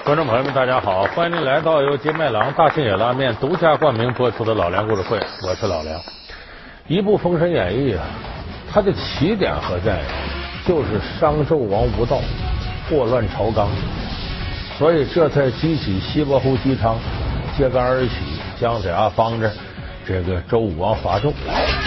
观众朋友们，大家好，欢迎您来到由金麦郎大庆野拉面独家冠名播出的老梁故事会，我是老梁。一部《封神演义》啊，它的起点何在？就是商纣王无道，祸乱朝纲，所以这才激起西伯侯姬昌揭竿而起，姜子牙帮着这个周武王伐纣。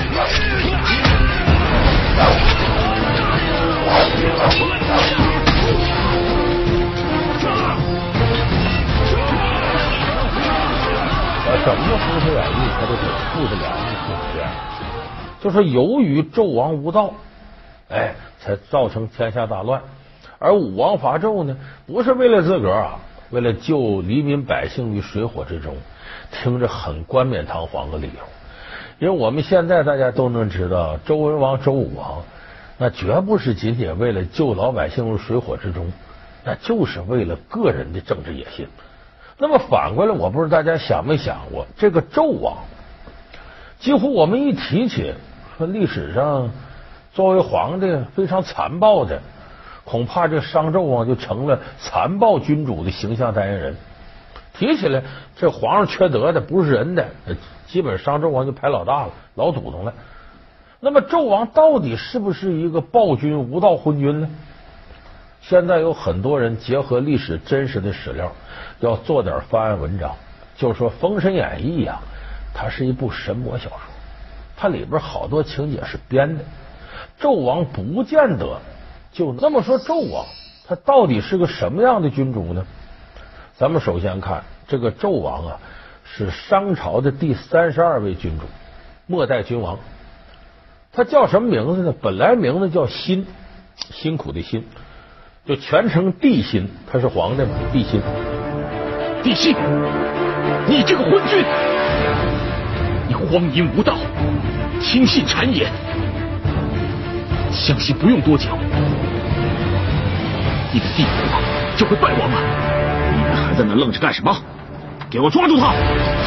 整个《封神演义》它的本部的两个就是这样，就是由于纣王无道，才造成天下大乱。而武王伐纣呢，不是为了自个儿啊，为了救黎民百姓于水火之中，听着很冠冕堂皇的理由。因为我们现在大家都能知道，周文王、周武王那绝不是仅仅为了救老百姓入水火之中，那就是为了个人的政治野心。那么反过来，我不知道大家想没想过，这个纣王，几乎我们一提起说历史上作为皇帝非常残暴的，恐怕这商纣王就成了残暴君主的形象代言人。提起来，这皇上缺德的不是人的，基本商纣王就排老大了，老祖宗了。那么纣王到底是不是一个暴君、无道昏君呢？现在有很多人结合历史真实的史料，要做点翻案文章，就说《封神演义》呀，它是一部神魔小说，它里边好多情节是编的。纣王不见得就那么说，纣王他到底是个什么样的君主呢？咱们首先看这个纣王啊，是商朝的第32位君主，末代君王。他叫什么名字呢？本来名字叫辛，辛苦的辛，就全称帝辛，他是皇帝嘛，帝辛。 帝辛，你这个昏君，你荒淫无道，轻信谗言，相信不用多久，你的帝国就会败亡了。你们还在那愣着干什么？给我抓住他！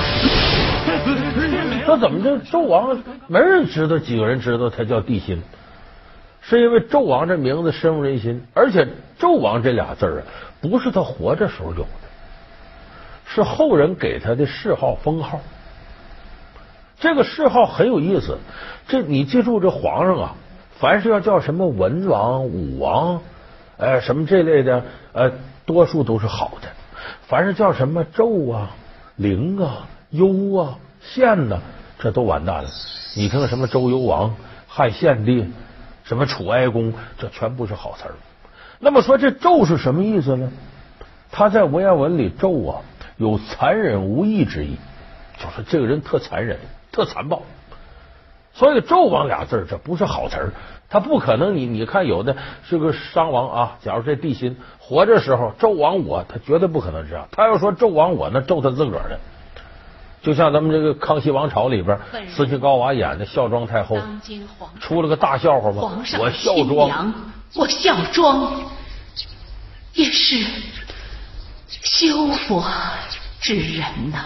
说怎么这纣王没人知道，几个人知道他叫帝辛，是因为纣王这名字深入人心，而且纣王这俩字啊，不是他活着时候有的，是后人给他的谥号封号。这个谥号很有意思，这你记住，这皇上啊，凡是要叫什么文王、武王，什么这类的，多数都是好的。凡是叫什么纣啊、灵啊、幽啊、献呐，这都完蛋了。你听什么周幽王、汉献帝、什么楚哀公，这全部是好词儿。那么说这纣是什么意思呢？他在文言文里，纣啊有残忍无义之意，就是这个人特残忍、特残暴。所以纣王俩字这不是好词儿，他不可能你看有的是个商王啊，假如这帝辛活着时候纣王我，他绝对不可能这样。他要说纣王我，那纣他自个儿的。就像咱们这个康熙王朝里边，斯琴高娃演的孝庄太后，出了个大笑话嘛，我孝庄， 我孝庄也是修佛之人呐。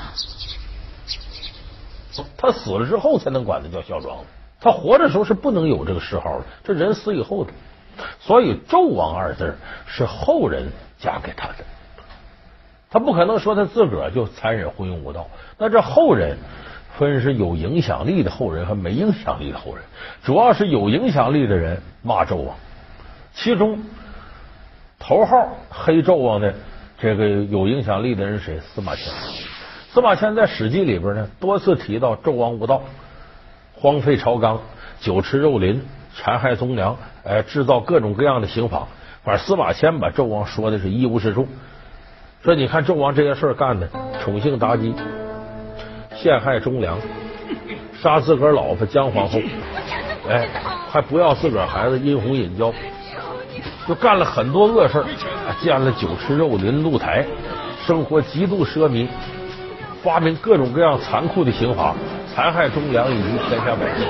他死了之后才能管他叫孝庄，他活着时候是不能有这个谥号的，这人死以后的。所以纣王二字是后人加给他的，他不可能说他自个儿就残忍昏庸无道。那这后人分是有影响力的后人和没影响力的后人，主要是有影响力的人骂纣王，其中头号黑纣王的这个有影响力的人谁？司马迁。司马迁在《史记》里边呢，多次提到纣王无道，荒废朝纲，酒池肉林，残害忠良，制造各种各样的刑法。反正司马迁把纣王说的是一无是处。说你看纣王这些事儿干的，宠幸妲己，陷害忠良，杀自个儿老婆姜皇后，还不要自个儿孩子殷红引娇，就干了很多恶事，建了酒池肉林露台，生活极度奢靡，发明各种各样残酷的刑罚，残害忠良以及天下百姓。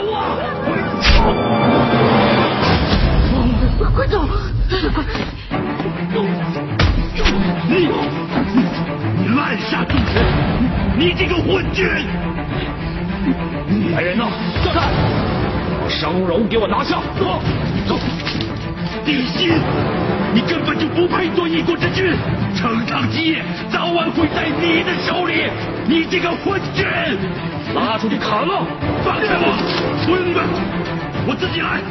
快走！ 你滥杀众人，你这个昏君！来人呐，上！把商容给我拿下！走！帝辛， 你根本就不配做一国之君，成场基业早晚会在你的手里。你这个昏君！拉出去砍了！放开我，孙子，我自己来。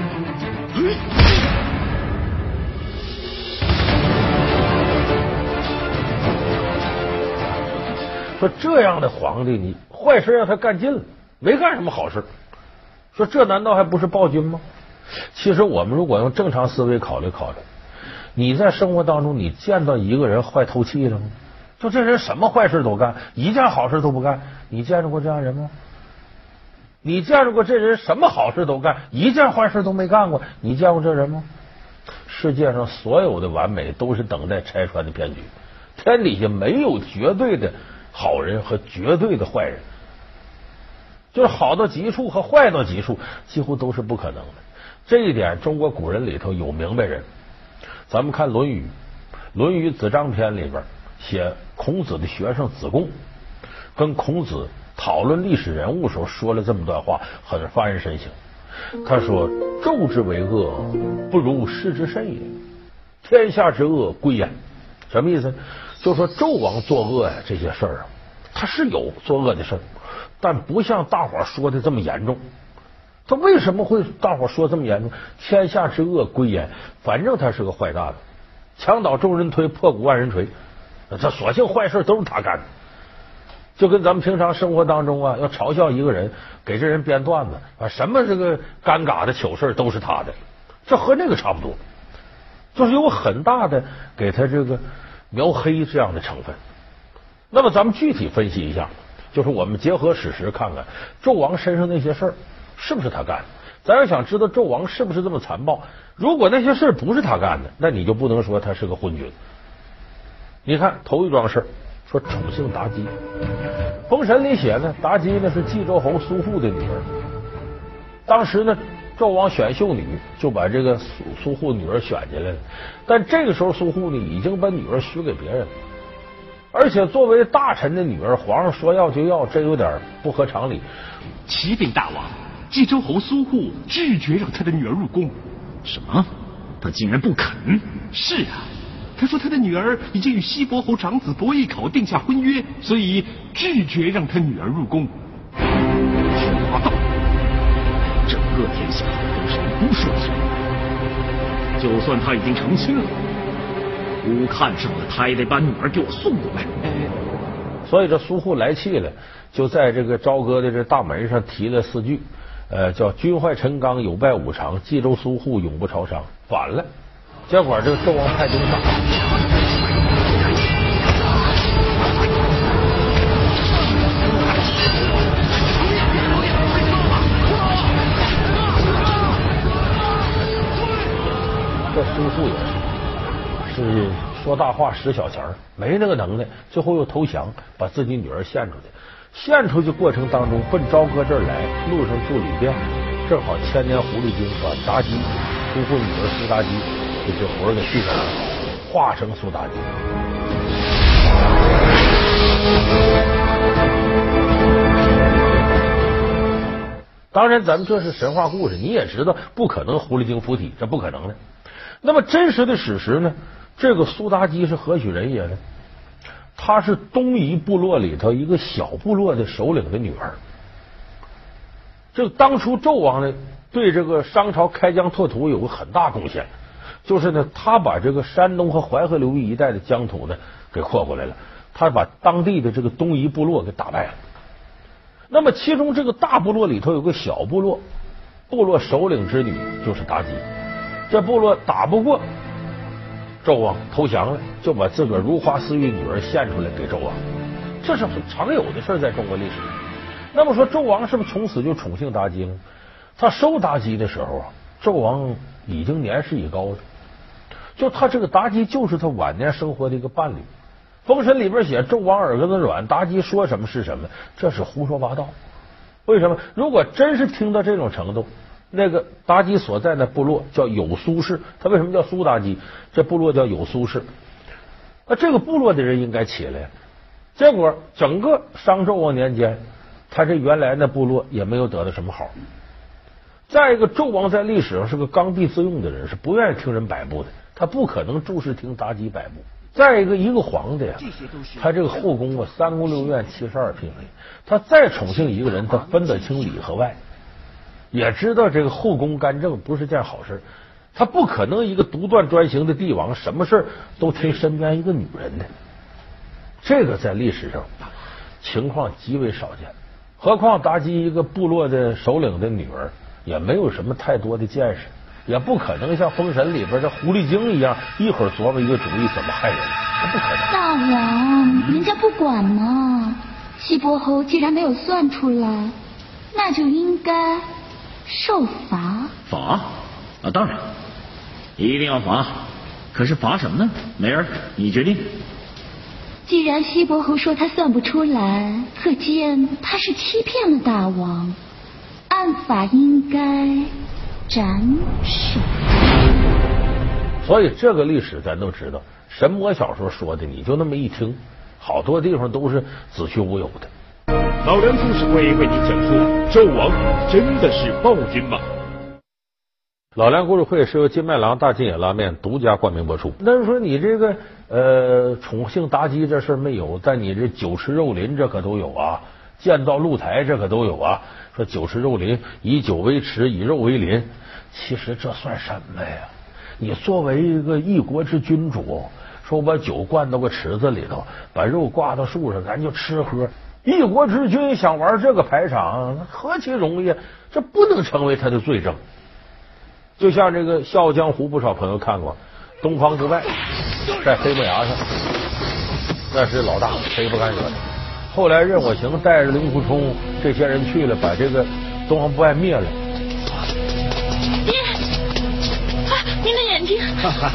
说这样的皇帝，你坏事让他干尽了，没干什么好事。说这难道还不是暴君吗？其实我们如果用正常思维考虑考虑，你在生活当中你见到一个人坏透气了吗？就这人什么坏事都干，一件好事都不干，你见着过这样人吗？你见着过这人什么好事都干，一件坏事都没干过，你见过这人吗？世界上所有的完美都是等待拆穿的骗局，天底下没有绝对的好人和绝对的坏人，就是好到极处和坏到极处几乎都是不可能的。这一点中国古人里头有明白人。咱们看《论语》，《论语子张篇》里边写孔子的学生子贡跟孔子讨论历史人物时候说了这么段话，很发人深省。他说：“纣之为恶，不如施之甚也。天下之恶归焉。”什么意思？就说纣王作恶呀，这些事儿啊，他是有作恶的事儿，但不像大伙说的这么严重。他为什么会大伙说这么严重？天下之恶归焉，反正他是个坏蛋子，墙倒众人推，破鼓万人锤，这索性坏事都是他干的。就跟咱们平常生活当中啊，要嘲笑一个人，给这人编段子啊，什么这个尴尬的糗事都是他的，这和那个差不多，就是有很大的给他这个描黑这样的成分。那么咱们具体分析一下，就是我们结合史实看看纣王身上那些事儿是不是他干的。咱要想知道纣王是不是这么残暴，如果那些事不是他干的，那你就不能说他是个昏君。你看头一桩事，说宠幸妲己。封神里写呢，妲己呢是冀州侯苏护的女儿。当时呢，纣王选秀女，就把这个苏护女儿选进来了。但这个时候苏护呢已经把女儿许给别人了，而且作为大臣的女儿，皇上说要就要，这有点不合常理。 启禀大王，冀州侯苏护拒绝让他的女儿入宫。什么？他竟然不肯？是啊，他说他的女儿已经与西伯侯长子伯邑考订下婚约，所以拒绝让他女儿入宫。胡说八道！整个天下都是你姑说的算。就算他已经成亲了，姑看上了他也得把女儿给我送过来。 所以这苏护来气了，就在这个朝歌的这大门上题了4句，叫君坏陈刚，有败五常，冀州苏护永不朝商。反了，结果这个纣王派兵打，这苏护也是说大话使小钱儿，没那个能耐，最后又投降，把自己女儿献出去。献出去过程当中，奔朝歌这儿来，路上住旅店，正好千年狐狸精把妲己苏护女儿苏妲己给这活儿给续上了，化成苏妲己。当然，咱们这是神话故事，你也知道不可能狐狸精附体，这不可能的。那么真实的史实呢？这个苏妲己是何许人也呢？她是东夷部落里头一个小部落的首领的女儿。这个当初纣王呢，对这个商朝开疆拓土有个很大贡献，就是呢，他把这个山东和淮河流域一带的疆土呢给扩过来了，他把当地的这个东夷部落给打败了。那么其中这个大部落里头有个小部落，部落首领之女就是妲己。这部落打不过纣王，投降了，就把自个儿如花似玉女儿献出来给纣王，这是很常有的事，在中国历史。那么说纣王是不是从此就宠幸妲己呢？他收妲己的时候啊，纣王已经年事已高了，就他这个妲己就是他晚年生活的一个伴侣。封神里边写纣王耳根子软，妲己说什么是什么，这是胡说八道。为什么？如果真是听到这种程度，那个妲己所在的部落叫有苏氏，他为什么叫苏妲己？这部落叫有苏氏，那这个部落的人应该起来。结果整个商纣王年间，他这原来的部落也没有得到什么好。再一个，纣王在历史上是个刚愎自用的人，是不愿意听人摆布的。 他不可能注视听妲己摆布。再一个皇帝啊，他这个后宫啊，3宫6院72嫔妃，他再宠幸一个人，他分得清里和外，也知道这个后宫干政不是件好事。他不可能一个独断专行的帝王，什么事都听身边一个女人的。这个在历史上情况极为少见。何况妲己一个部落的首领的女儿，也没有什么太多的见识，也不可能像《封神》里边的狐狸精一样，一会儿琢磨一个主意怎么害人，这不可能。 大王，人家不管嘛。西伯侯既然没有算出来，那就应该受罚。 罚啊，当然一定要罚。可是罚什么呢？梅儿，你决定。 既然西伯侯说他算不出来，可见他是欺骗了大王，按法应该斩首。 所以这个历史咱都知道，神魔小说说的，你就那么一听，好多地方都是子虚乌有的。 老梁故事会为您讲述纣王真的是暴君吗？ 老梁故事会是由金麦郎大金野拉面独家冠名播出。那是说你这个宠幸妲己这事没有，但你这酒池肉林这可都有啊，建造露台这可都有啊。说酒池肉林，以酒为池，以肉为林，其实这算什么呀？你作为一个一国之君主，说把酒灌到个池子里头，把肉挂到树上，咱就吃喝。一国之君想玩这个排场，何其容易？这不能成为他的罪证。就像这个《笑傲江湖》，不少朋友看过，东方不败在黑木崖上，那是老大，谁不敢惹他。后来任我行带着令狐冲这些人去了，把这个东方不败灭了。 爹，啊，您的眼睛！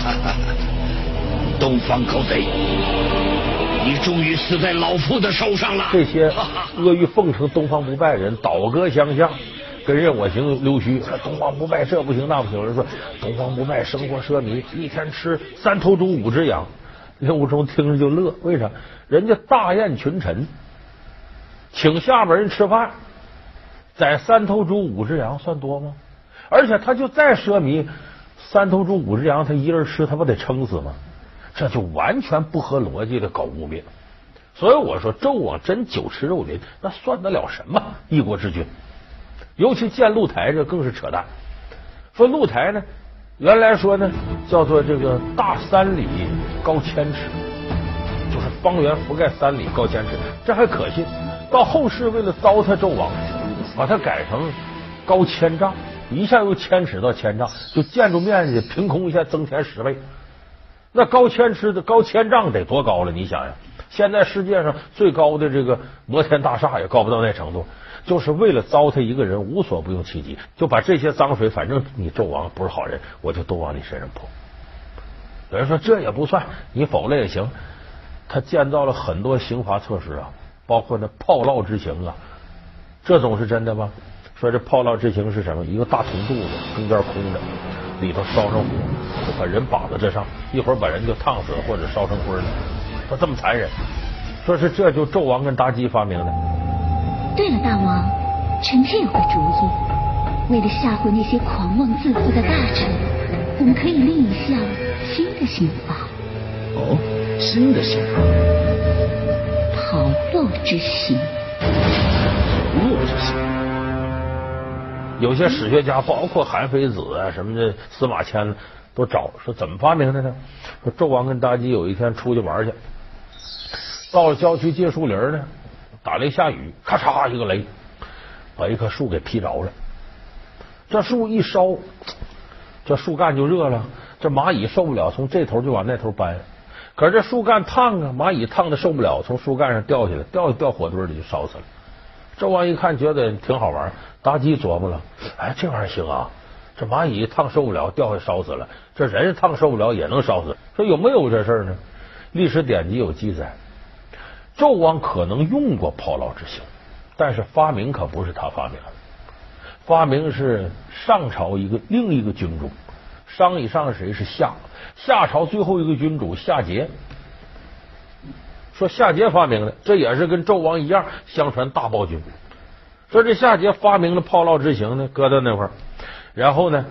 东方狗贼，你终于死在老夫的手上了！ 这些阿谀奉承东方不败人，倒戈相向。跟任我行溜须，东方不败这不行那不行。有人说东方不败生活奢靡，一天吃3头猪5只羊。令狐冲听着就乐，为啥？人家大宴群臣，请下边人吃饭，宰3头猪5只羊算多吗？而且他就再奢靡，3头猪5只羊他一人吃，他不得撑死吗？这就完全不合逻辑的搞污蔑。所以我说纣王真酒池肉林，那算得了什么一国之君？尤其建露台，这更是扯淡。说露台呢，原来说呢叫做这个大3里高1000尺，就是方圆覆盖3里高1000尺，这还可信。到后世为了糟蹋纣王，把它改成高1000丈，一下由1000尺到1000丈，就建筑面积凭空一下增添10倍。那高1000尺的高1000丈得多高了？你想想，现在世界上最高的这个摩天大厦也高不到那程度。就是为了糟蹋一个人，无所不用其极，就把这些脏水，反正你纣王不是好人，我就都往你身上泼。有人说这也不算，你否了也行。他建造了很多刑罚措施啊，包括那炮烙之刑啊，这总是真的吗？说这炮烙之刑是什么？一个大铜肚子，中间空的，里头烧上火，就把人绑在这上，一会儿把人就烫死了或者烧成灰了。说这么残忍，说是这就纣王跟妲己发明的。 对了，大王，臣妾有个主意，为了吓唬那些狂妄自负的大臣，我们可以另一项新的刑罚。 哦，新的刑罚？ 炮烙之刑。 炮烙之刑。 有些史学家，包括韩非子啊什么的，司马迁都找说怎么发明的呢？说纣王跟妲己有一天出去玩去，到了郊区借树林呢。打雷下雨，咔嚓一个雷，把一棵树给劈着了。这树一烧，这树干就热了，这蚂蚁受不了，从这头就往那头搬。可是这树干烫啊，蚂蚁烫的受不了，从树干上掉下来，掉火堆里就烧死了。纣王一看觉得挺好玩，妲己琢磨了，哎，这玩意儿行啊，这蚂蚁烫受不了，掉下烧死了，这人烫受不了也能烧死。说有没有这事呢？历史典籍有记载。纣王可能用过炮烙之刑，但是发明可不是他发明的，发明是上朝另一个君主，商以上谁是夏朝最后一个君主夏桀，说夏桀发明的，这也是跟纣王一样，相传大暴君。说这夏桀发明了炮烙之刑呢，搁到那块儿，然后呢，看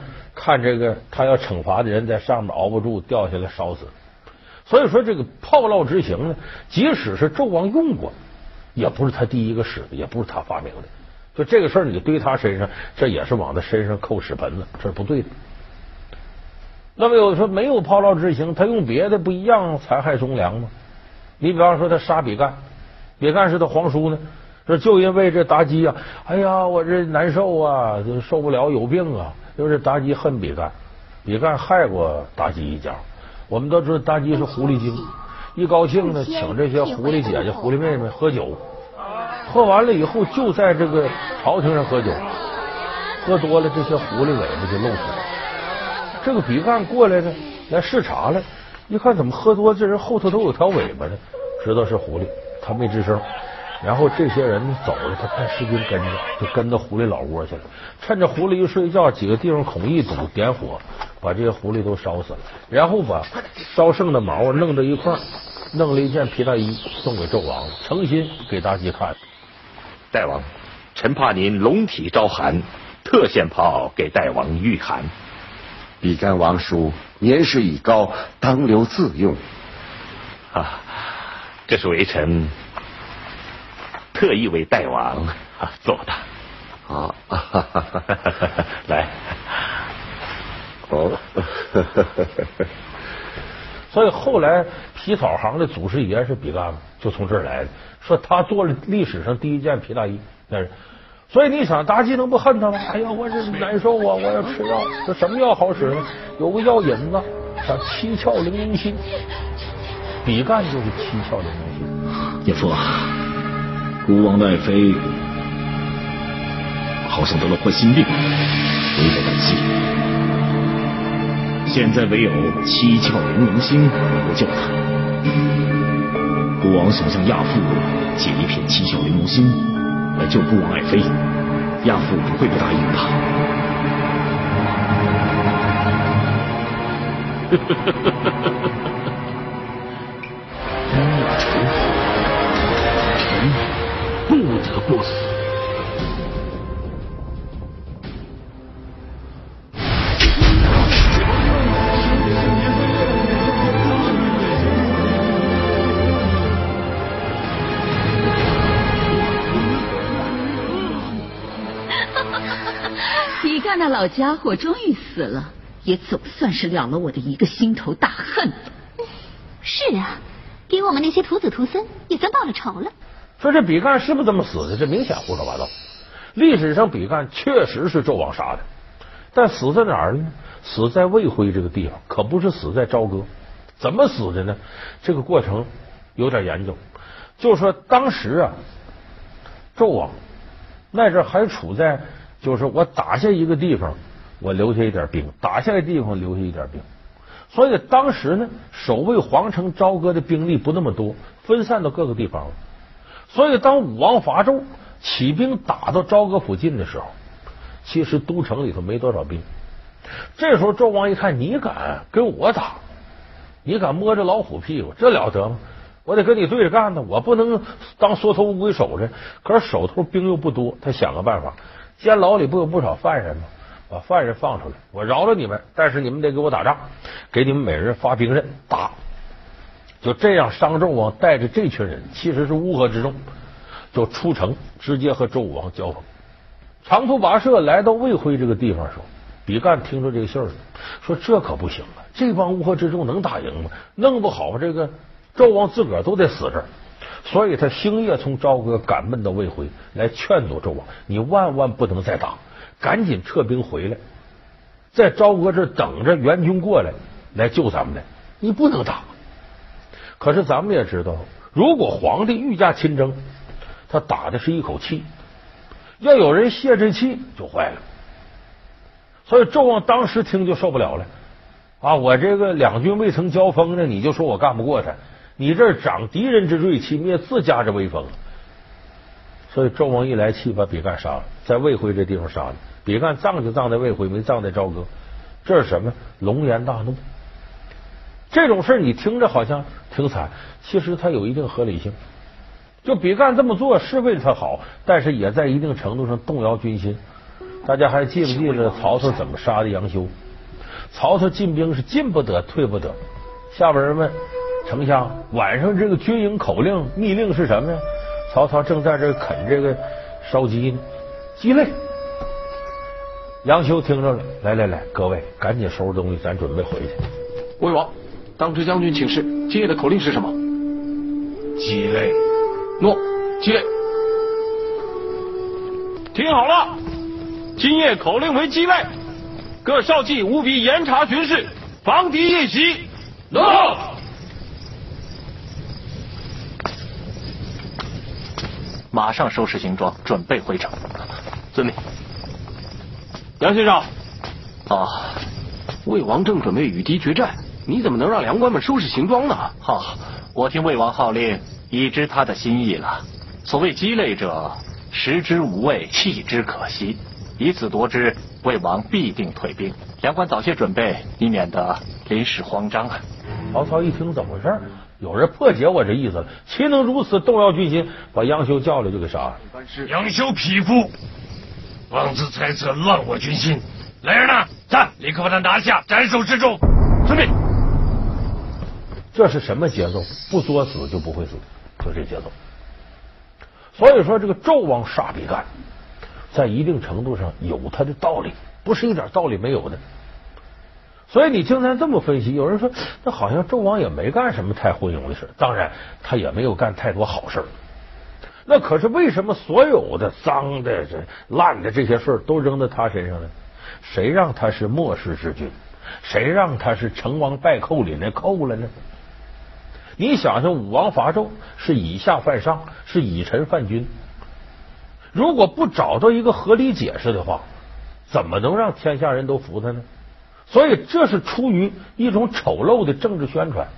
看这个他要惩罚的人在上面熬不住掉下来烧死。所以说这个炮烙之刑呢，即使是纣王用过，也不是他第一个使的，也不是他发明的。就这个事儿，你堆他身上，这也是往他身上扣屎盆子，这是不对的。那么有的说没有炮烙之刑，他用别的不一样，残害忠良吗？你比方说他杀比干，比干是他皇叔呢，说就因为这妲己啊，哎呀我这难受啊，就受不了，有病啊，就是妲己恨比干，比干害过妲己一家。我们都知道妲己是狐狸精，一高兴呢，请这些狐狸姐姐、狐狸妹妹喝酒，喝完了以后就在这个朝廷上喝酒，喝多了这些狐狸尾巴就露出来。这个比干过来呢，来视察来，一看怎么喝多，这人后头都有条尾巴呢，知道是狐狸，他没吱声。然后这些人走了，他看士兵跟着，就跟到狐狸老窝去了。趁着狐狸一睡觉，几个地方孔一堵，点火，把这些狐狸都烧死了。然后把烧剩的毛弄到一块，弄了一件皮大衣送给纣王，诚心给妲己看。 大王，臣怕您龙体招寒，特献炮给大王御寒。 比干王叔年事已高，当留自用。 啊，这是微臣特意为大王做的。 啊， 来， 哦， 所以后来皮草行的祖师爷是比干，就从这儿来的，说他做了历史上第一件皮大衣，那是。所以你想，妲己能不恨他吗？哎呀，我这难受啊，我要吃药。这什么药好使呢？有个药引子，叫七窍玲珑心。比干就是七窍玲珑心。 爷父，孤王的爱妃好像得了冠心病，危在旦夕。现在唯有七窍玲珑心能够救他。孤王想向亚父借一片七窍玲珑心来救孤王爱妃，亚父不会不答应的。 臣不得不死。 比干那老家伙终于死了，也总算是了了我的一个心头大恨。 是啊，给我们那些徒子徒孙也算报了仇了。 说这比干是不是这么死的？这明显胡说八道。历史上比干确实是纣王杀的，但死在哪儿呢？死在魏辉这个地方，可不是死在朝歌。怎么死的呢？这个过程有点研究。就是说，当时啊，纣王那阵还处在，就是我打下一个地方，我留下一点兵；打下一个地方，留下一点兵。所以当时呢，守卫皇城朝歌的兵力不那么多，分散到各个地方了。所以当武王伐纣起兵打到朝歌附近的时候，其实都城里头没多少兵。这时候纣王一看，你敢跟我打，你敢摸着老虎屁股，这了得吗？我得跟你对着干呢，我不能当缩头乌龟守着。可是手头兵又不多，他想个办法，监牢里不有不少犯人吗？把犯人放出来，我饶了你们，但是你们得给我打仗，给你们每人发兵刃打。就这样，商纣王带着这群人，其实是乌合之众，就出城直接和周武王交锋。长途跋涉来到魏辉这个地方的时候，比干听着这个信儿，说这可不行啊，这帮乌合之众能打赢吗？弄不好这个纣王自个儿都得死这儿。所以他星夜从朝歌赶奔到魏辉，来劝阻纣王，你万万不能再打，赶紧撤兵回来，在朝歌这等着援军过来来救咱们来，你不能打。可是咱们也知道，如果皇帝御驾亲征，他打的是一口气，要有人泄这气就坏了。所以纣王当时听就受不了了啊！我这个两军未曾交锋呢，你就说我干不过他，你这长敌人之锐气，灭自家之威风。所以纣王一来气，把比干杀了，在魏辉这地方杀了。比干葬就葬在魏辉，没葬在朝歌。这是什么？龙颜大怒。这种事你听着好像挺惨，其实它有一定合理性。就比干这么做是为了他好，但是也在一定程度上动摇军心。大家还记不记得曹操怎么杀的杨修？ 曹操进兵是进不得退不得。下边人问丞相，晚上这个军营口令密令是什么呀？曹操正在这啃这个烧鸡呢，鸡肋。杨修听着了，来，各位赶紧收拾东西，咱准备回去。 魏王，当值将军请示，今夜的口令是什么？ 鸡肋。 诺，鸡肋。 听好了，今夜口令为鸡肋，各少骑务必严查巡视，防敌夜袭。诺。 马上收拾行装，准备回城。遵命。 杨先生。 魏王正准备与敌决战，你怎么能让粮官们收拾行装呢？ 我听魏王号令，已知他的心意了。所谓鸡肋者，食之无味，弃之可惜。以此夺之，魏王必定退兵。粮官早些准备，以免得临时慌张啊。 曹操一听怎么回事，有人破解我这意思了，岂能如此动摇军心？把杨修叫来就给杀了。 杨修匹夫，妄自猜测，乱我军心。来人呐，战！立刻把他拿下，斩首示众。遵命。 这是什么节奏？不作死就不会死，就这节奏。所以说，这个纣王杀比干，在一定程度上有他的道理，不是一点道理没有的。所以你经常这么分析，有人说，那好像纣王也没干什么太昏庸的事，当然他也没有干太多好事。那可是为什么所有的脏的、烂的这些事都扔到他身上呢？谁让他是末世之君？谁让他是成王败寇里那寇了呢？你想想，武王伐纣是以下犯上，是以臣犯君。如果不找到一个合理解释的话，怎么能让天下人都服他呢？所以这是出于一种丑陋的政治宣传，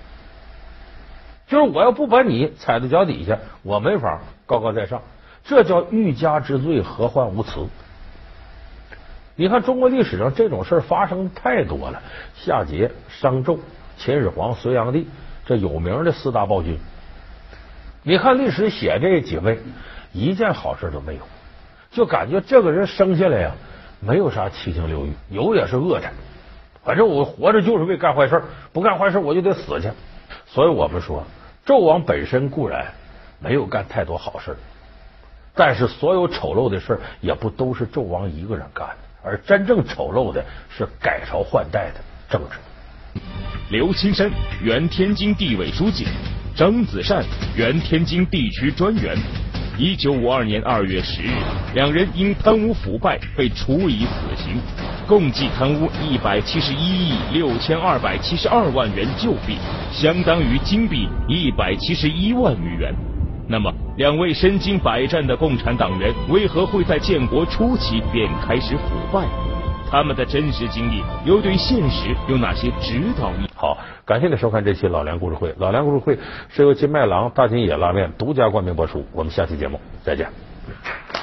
就是我要不把你踩到脚底下，我没法高高在上。这叫欲加之罪，何患无辞。你看中国历史上这种事发生太多了，夏桀、商纣、秦始皇、隋炀帝，这有名的4大暴君。你看历史写这几位，一件好事都没有，就感觉这个人生下来呀，没有啥七情六欲，有也是恶着。反正我活着就是为干坏事，不干坏事我就得死去。所以我们说，纣王本身固然没有干太多好事，但是所有丑陋的事也不都是纣王一个人干的。而真正丑陋的是改朝换代的政治。 刘青山，原天津地委书记；张子善，原天津地区专员。1952年2月10日，两人因贪污腐败被处以死刑，共计贪污171亿6272万元旧币，相当于金币171万余元。那么，两位身经百战的共产党员为何会在建国初期便开始腐败？他们的真实经历又对现实有哪些指导意义？ 好，感谢你收看这期老梁故事会。老梁故事会是由金麦郎大金野拉面独家冠名播出。我们下期节目再见。